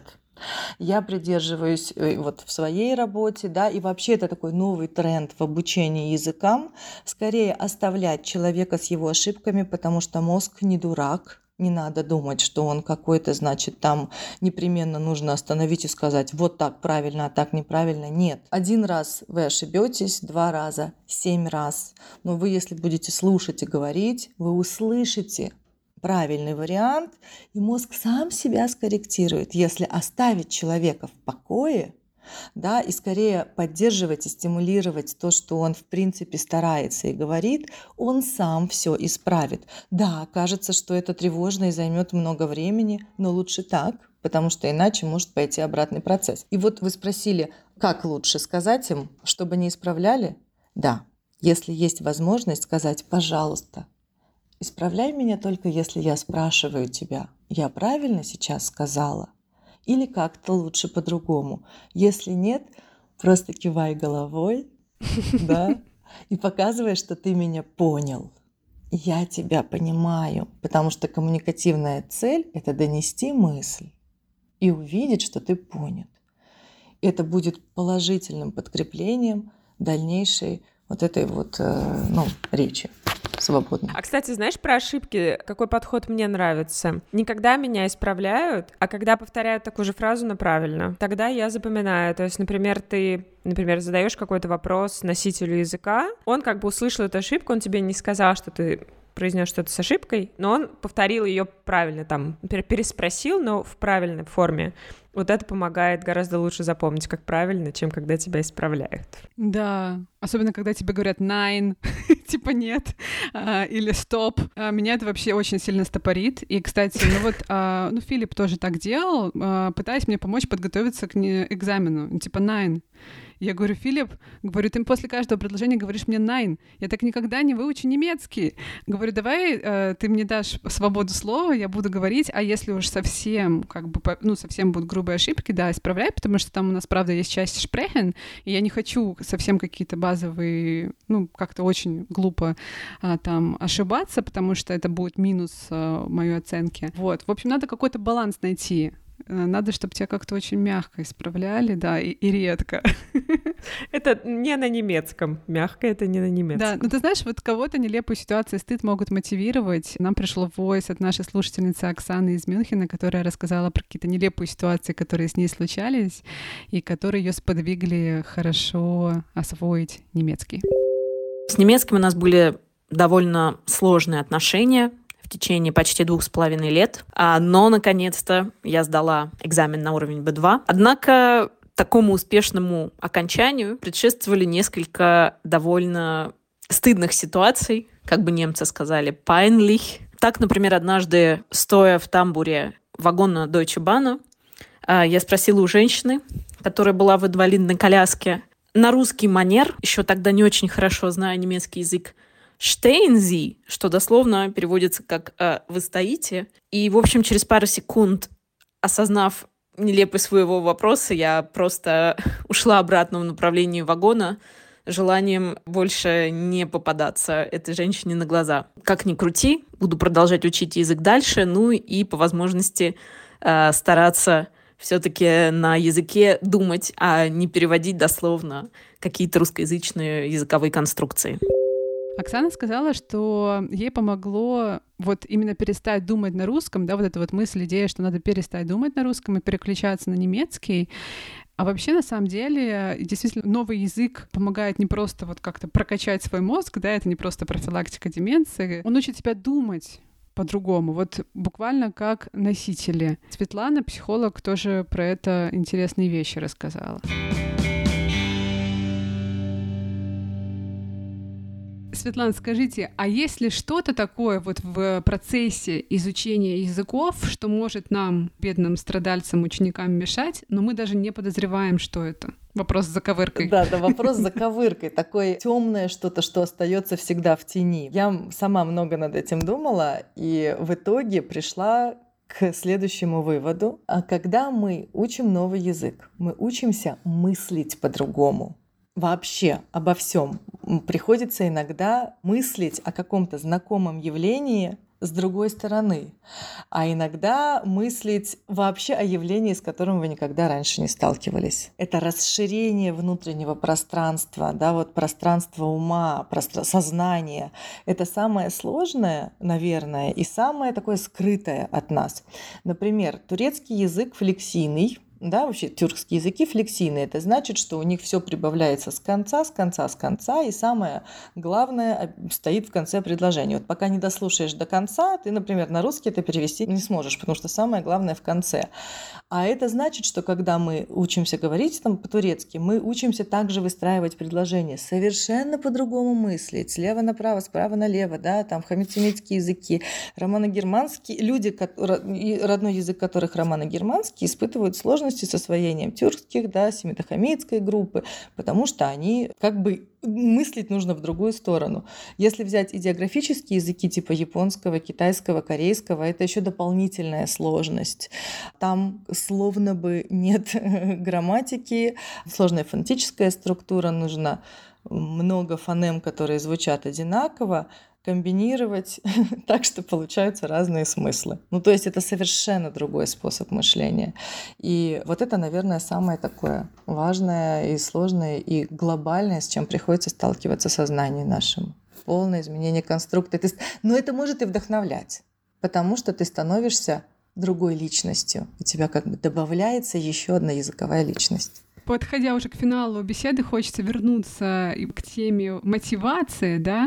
Я придерживаюсь вот в своей работе, да, и вообще это такой новый тренд в обучении языкам, скорее оставлять человека с его ошибками, потому что мозг не дурак. Не надо думать, что он какой-то, значит, там непременно нужно остановить и сказать: вот так правильно, а так неправильно. Нет. 1 раз вы ошибетесь, 2 раза, 7 раз. Но вы, если будете слушать и говорить, вы услышите правильный вариант, и мозг сам себя скорректирует. Если оставить человека в покое, да, и скорее поддерживать и стимулировать то, что он в принципе старается и говорит, он сам все исправит. Да, кажется, что это тревожно и займет много времени, но лучше так, потому что иначе может пойти обратный процесс. И вот вы спросили, как лучше сказать им, чтобы не исправляли? Да, если есть возможность сказать: пожалуйста, исправляй меня только если я спрашиваю тебя, я правильно сейчас сказала? Или как-то лучше по-другому. Если нет, просто кивай головой, да, и показывай, что ты меня понял. Я тебя понимаю, потому что коммуникативная цель — это донести мысль и увидеть, что ты понят. Это будет положительным подкреплением дальнейшей вот этой вот, речи свободной. А, кстати, знаешь, про ошибки, какой подход мне нравится? Не когда меня исправляют, а когда повторяют такую же фразу, но правильно. Тогда я запоминаю. То есть, например, ты задаешь какой-то вопрос носителю языка, он как бы услышал эту ошибку, он тебе не сказал, что ты произнес что-то с ошибкой, но он повторил ее правильно, там, переспросил, но в правильной форме. Вот это помогает гораздо лучше запомнить, как правильно, чем когда тебя исправляют. Да, особенно когда тебе говорят «nine», типа «нет», или «стоп». Меня это вообще очень сильно стопорит. И, кстати, Филипп тоже так делал, пытаясь мне помочь подготовиться к экзамену, типа «nine». Я говорю: Филипп, ты после каждого предложения говоришь мне «nine». Я так никогда не выучу немецкий. Говорю: давай ты мне дашь свободу слова, я буду говорить, а если уж совсем, совсем будут грубые ошибки, да, исправляй, потому что там у нас, правда, есть часть sprechen, и я не хочу совсем какие-то базовые, как-то очень глупо там ошибаться, потому что это будет минус моей оценки. Вот. В общем, надо какой-то баланс найти. Надо, чтобы тебя как-то очень мягко исправляли, да, и редко. Это не на немецком. Мягко — это не на немецком. Да, ты знаешь, вот кого-то нелепые ситуации стыд могут мотивировать. Нам пришло войс от нашей слушательницы Оксаны из Мюнхена, которая рассказала про какие-то нелепые ситуации, которые с ней случались, и которые ее сподвигли хорошо освоить немецкий. С немецким у нас были довольно сложные отношения в течение почти 2,5 лет. Но, наконец-то, я сдала экзамен на уровень B2. Однако такому успешному окончанию предшествовали несколько довольно стыдных ситуаций, как бы немцы сказали, peinlich. Так, например, однажды, стоя в тамбуре вагона Deutsche Bahn, я спросила у женщины, которая была в инвалидной коляске, на русский манер, еще тогда не очень хорошо зная немецкий язык, «Stehen Sie», что дословно переводится как «вы стоите». И, в общем, через пару секунд, осознав нелепость своего вопроса, я просто ушла обратно в направлении вагона, желанием больше не попадаться этой женщине на глаза. Как ни крути, буду продолжать учить язык дальше, ну и по возможности стараться все-таки на языке думать, а не переводить дословно какие-то русскоязычные языковые конструкции. Оксана сказала, что ей помогло вот именно перестать думать на русском, да, вот эта вот мысль, идея, что надо перестать думать на русском и переключаться на немецкий. А вообще, на самом деле, действительно, новый язык помогает не просто вот как-то прокачать свой мозг, да, это не просто профилактика деменции, он учит тебя думать по-другому, вот буквально как носители. Светлана, психолог, тоже про это интересные вещи рассказала. Светлана, скажите, а есть ли что-то такое вот в процессе изучения языков, что может нам, бедным страдальцам, ученикам, мешать, но мы даже не подозреваем, что это? Вопрос с заковыркой. Да, вопрос с заковыркой. Такое темное что-то, что остается всегда в тени. Я сама много над этим думала, и в итоге пришла к следующему выводу. А когда мы учим новый язык, мы учимся мыслить по-другому. Вообще обо всем. Приходится иногда мыслить о каком-то знакомом явлении с другой стороны, а иногда мыслить вообще о явлении, с которым вы никогда раньше не сталкивались. Это расширение внутреннего пространства, да, вот пространство ума, сознания. Это самое сложное, наверное, и самое такое скрытое от нас. Например, турецкий язык флексийный. Да, вообще тюркские языки флексийные. Это значит, что у них все прибавляется с конца, и самое главное стоит в конце предложения. Вот пока не дослушаешь до конца, ты, например, на русский это перевести не сможешь, потому что самое главное в конце. А это значит, что когда мы учимся говорить там по-турецки, мы учимся также выстраивать предложения, совершенно по-другому мыслить, слева направо, справа налево, да, там хамит-семитские языки, романо-германские. Люди, родной язык которых романо-германский, испытывают сложности с освоением тюркских, да, семито-хамитской группы, потому что они как бы мыслить нужно в другую сторону. Если взять идеографические языки типа японского, китайского, корейского, это еще дополнительная сложность. Там словно бы нет грамматики, сложная фонетическая структура, нужно много фонем, которые звучат одинаково, комбинировать так, что получаются разные смыслы. Ну, то есть это совершенно другой способ мышления. И вот это, наверное, самое такое важное и сложное, и глобальное, с чем приходится сталкиваться сознанию нашему. Полное изменение конструкта. Но это может и вдохновлять, потому что ты становишься другой личностью. У тебя как бы добавляется еще одна языковая личность. Подходя уже к финалу беседы, хочется вернуться к теме мотивации, да.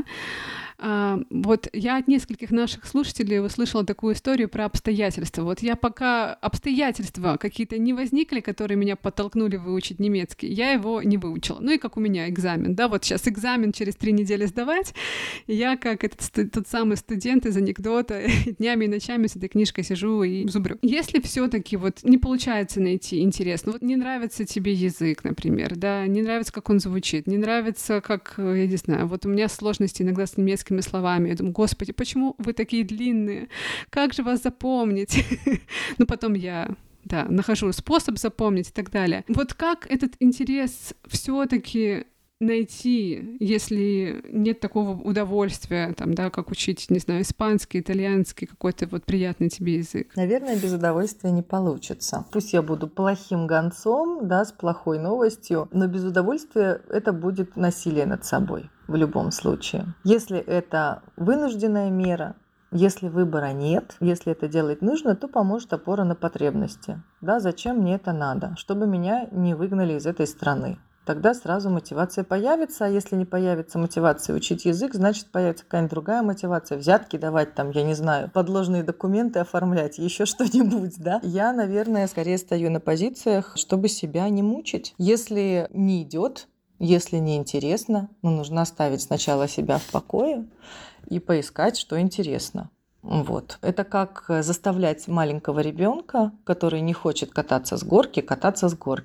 Вот я от нескольких наших слушателей услышала такую историю про обстоятельства. Вот я пока обстоятельства какие-то не возникли, которые меня подтолкнули выучить немецкий, я его не выучила. Ну и как у меня экзамен, да, вот сейчас экзамен через 3 недели сдавать, и я как тот самый студент из анекдота днями и ночами с этой книжкой сижу и зубрю. Если все-таки вот не получается найти интересно, вот не нравится тебе язык, например, да, не нравится, как он звучит, не нравится, как, я не знаю, вот у меня сложности иногда с немецким словами. Я думаю, господи, почему вы такие длинные? Как же вас запомнить? Но потом я нахожу способ запомнить и так далее. Вот как этот интерес все-таки найти, если нет такого удовольствия, там, да, как учить, не знаю, испанский, итальянский, какой-то вот приятный тебе язык? Наверное, без удовольствия не получится. Пусть я буду плохим гонцом, да, с плохой новостью, но без удовольствия это будет насилие над собой в любом случае. Если это вынужденная мера, если выбора нет, если это делать нужно, то поможет опора на потребности. Да, зачем мне это надо? Чтобы меня не выгнали из этой страны. Тогда сразу мотивация появится, а если не появится мотивация учить язык, значит появится какая-нибудь другая мотивация, взятки давать, там, я не знаю, подложные документы оформлять, еще что-нибудь, да. Я, наверное, скорее стою на позициях, чтобы себя не мучить. Если не идет, если не интересно, нужно оставить сначала себя в покое и поискать, что интересно. Вот. Это как заставлять маленького ребенка, который не хочет кататься с горки,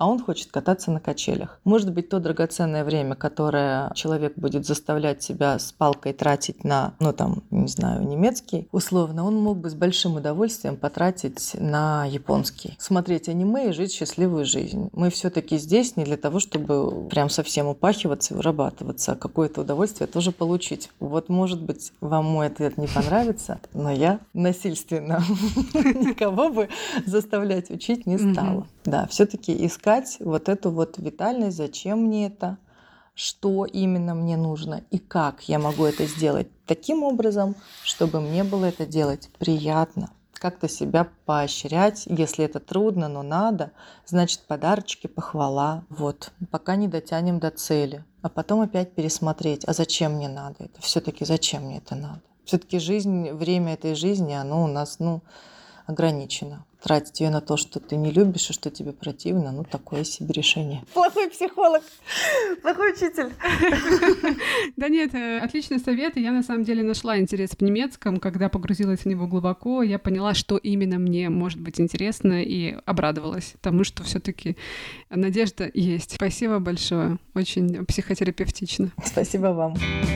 а он хочет кататься на качелях. Может быть, то драгоценное время, которое человек будет заставлять себя с палкой тратить на, немецкий, условно, он мог бы с большим удовольствием потратить на японский. Смотреть аниме и жить счастливую жизнь. Мы все-таки здесь не для того, чтобы прям совсем упахиваться и вырабатываться, а какое-то удовольствие тоже получить. Вот, может быть, вам мой ответ не понравится, но я насильственно никого бы заставлять учить не стала. Да, все-таки искать вот эту вот витальность, зачем мне это, что именно мне нужно и как я могу это сделать таким образом, чтобы мне было это делать приятно. Как-то себя поощрять, если это трудно, но надо, значит, подарочки, похвала. Вот, пока не дотянем до цели, а потом опять пересмотреть, а зачем мне надо это, все-таки зачем мне это надо. Все-таки жизнь, время этой жизни, оно у нас, ограничено. Тратить ее на то, что ты не любишь и что тебе противно, такое себе решение. Плохой психолог, плохой учитель. Да нет, отличный совет. Я на самом деле нашла интерес в немецком. Когда погрузилась в него глубоко, я поняла, что именно мне может быть интересно, и обрадовалась тому, что все-таки надежда есть. Спасибо большое. Очень психотерапевтично. Спасибо вам.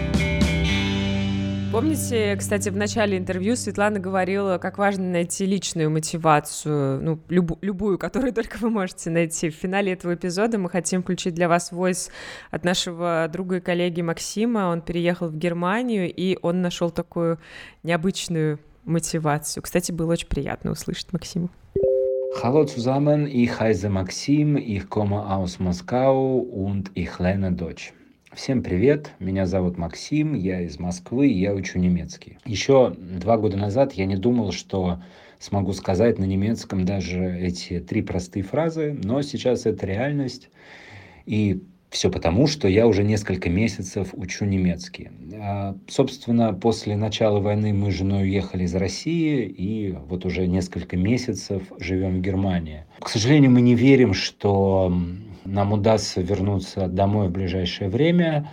Помните, кстати, в начале интервью Светлана говорила, как важно найти личную мотивацию, любую, которую только вы можете найти. В финале этого эпизода мы хотим включить для вас войс от нашего друга и коллеги Максима. Он переехал в Германию, и он нашел такую необычную мотивацию. Кстати, было очень приятно услышать Максима. Hallo zusammen, ich heiße Maxim, ich komme aus Moskau und ich lerne Deutsch. Всем привет, меня зовут Максим, я из Москвы, и я учу немецкий. Еще 2 года назад я не думал, что смогу сказать на немецком даже эти 3 простые фразы, но сейчас это реальность, и все потому, что я уже несколько месяцев учу немецкий. Собственно, после начала войны мы с женой уехали из России, и вот уже несколько месяцев живем в Германии. К сожалению, мы не верим, что нам удастся вернуться домой в ближайшее время,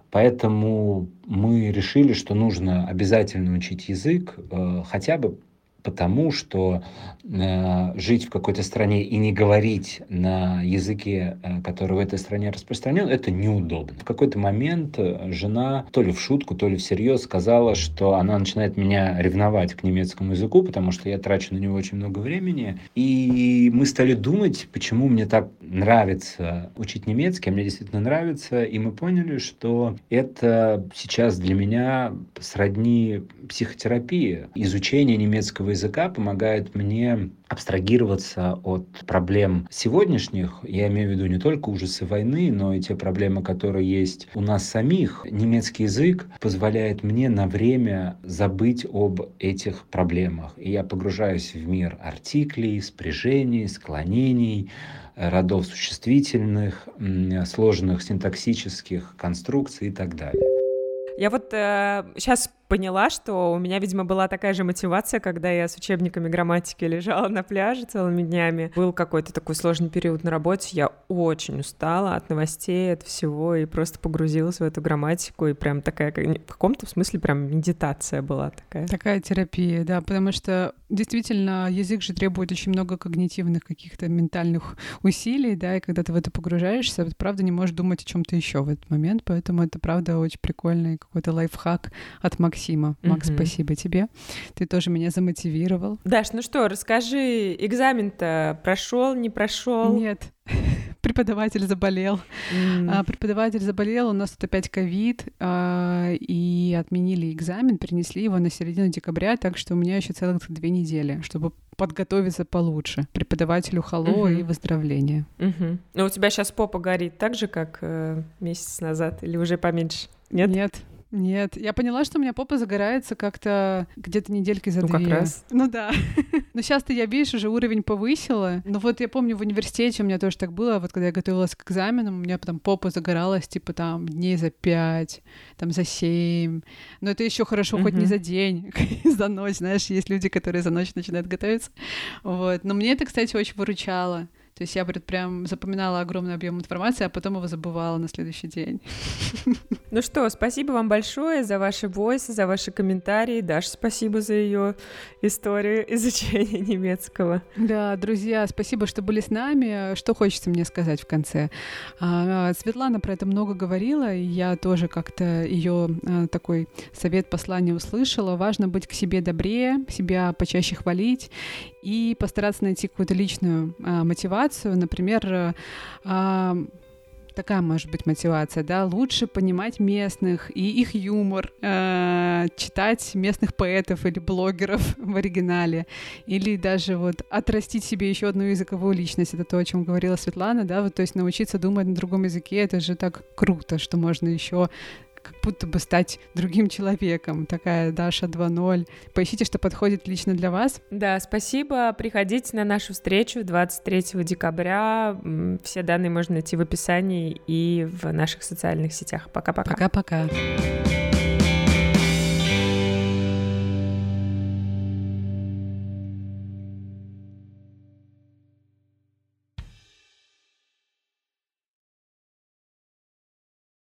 поэтому мы решили, что нужно обязательно учить язык, хотя бы потому, что жить в какой-то стране и не говорить на языке, который в этой стране распространен, это неудобно. В какой-то момент жена то ли в шутку, то ли всерьез сказала, что она начинает меня ревновать к немецкому языку, потому что я трачу на него очень много времени. И мы стали думать, почему мне так нравится учить немецкий, а мне действительно нравится. И мы поняли, что это сейчас для меня сродни психотерапии. Изучение немецкого языка помогает мне абстрагироваться от проблем сегодняшних. Я имею в виду не только ужасы войны, но и те проблемы, которые есть у нас самих. Немецкий язык позволяет мне на время забыть об этих проблемах. И я погружаюсь в мир артиклей, спряжений, склонений, родов существительных, сложных синтаксических конструкций и так далее. Я вот сейчас поняла, что у меня, видимо, была такая же мотивация, когда я с учебниками грамматики лежала на пляже целыми днями. Был какой-то такой сложный период на работе, я очень устала от новостей, от всего, и просто погрузилась в эту грамматику, и прям такая, в каком-то смысле, прям медитация была такая. Такая терапия, да, потому что действительно язык же требует очень много когнитивных каких-то ментальных усилий, да, и когда ты в это погружаешься, вот, правда, не можешь думать о чем-то еще в этот момент, поэтому это, правда, очень прикольный какой-то лайфхак от Максима. Макс, спасибо тебе. Ты тоже меня замотивировал. Даш, ну что, расскажи, экзамен-то прошел, не прошел? Нет. Преподаватель заболел. Преподаватель заболел, у нас тут опять ковид, и отменили экзамен, перенесли его на середину декабря, так что у меня еще целых 2 недели, чтобы подготовиться получше. Преподавателю хало и выздоровления. Но у тебя сейчас попа горит так же, как месяц назад, или уже поменьше? Нет? Нет, я поняла, что у меня попа загорается как-то где-то недельки за 2. Ну, как раз. Ну да. Но сейчас-то я, видишь, уже уровень повысила. Но вот я помню, в университете у меня тоже так было. Вот когда я готовилась к экзаменам, у меня потом попа загоралась, типа там дней за 5, там за 7. Но это еще хорошо, хоть не за день, за ночь. Знаешь, есть люди, которые за ночь начинают готовиться. Вот. Но мне это, кстати, очень выручало. То есть я прям запоминала огромный объем информации, а потом его забывала на следующий день. Ну что, спасибо вам большое за ваши войсы, за ваши комментарии. Даша, спасибо за ее историю изучения немецкого. Да, друзья, спасибо, что были с нами. Что хочется мне сказать в конце? Светлана про это много говорила, и я тоже как-то ее такой совет, послание услышала. Важно быть к себе добрее, себя почаще хвалить и постараться найти какую-то личную мотивацию. Например, такая может быть мотивация, да, лучше понимать местных и их юмор, читать местных поэтов или блогеров в оригинале, или даже вот отрастить себе еще одну языковую личность, это то, о чем говорила Светлана, да, вот, то есть научиться думать на другом языке, это же так круто, что можно еще как будто бы стать другим человеком. Такая Даша 2.0. Поищите, что подходит лично для вас. Да, спасибо. Приходите на нашу встречу 23 декабря. Все данные можно найти в описании и в наших социальных сетях. Пока-пока. Пока-пока.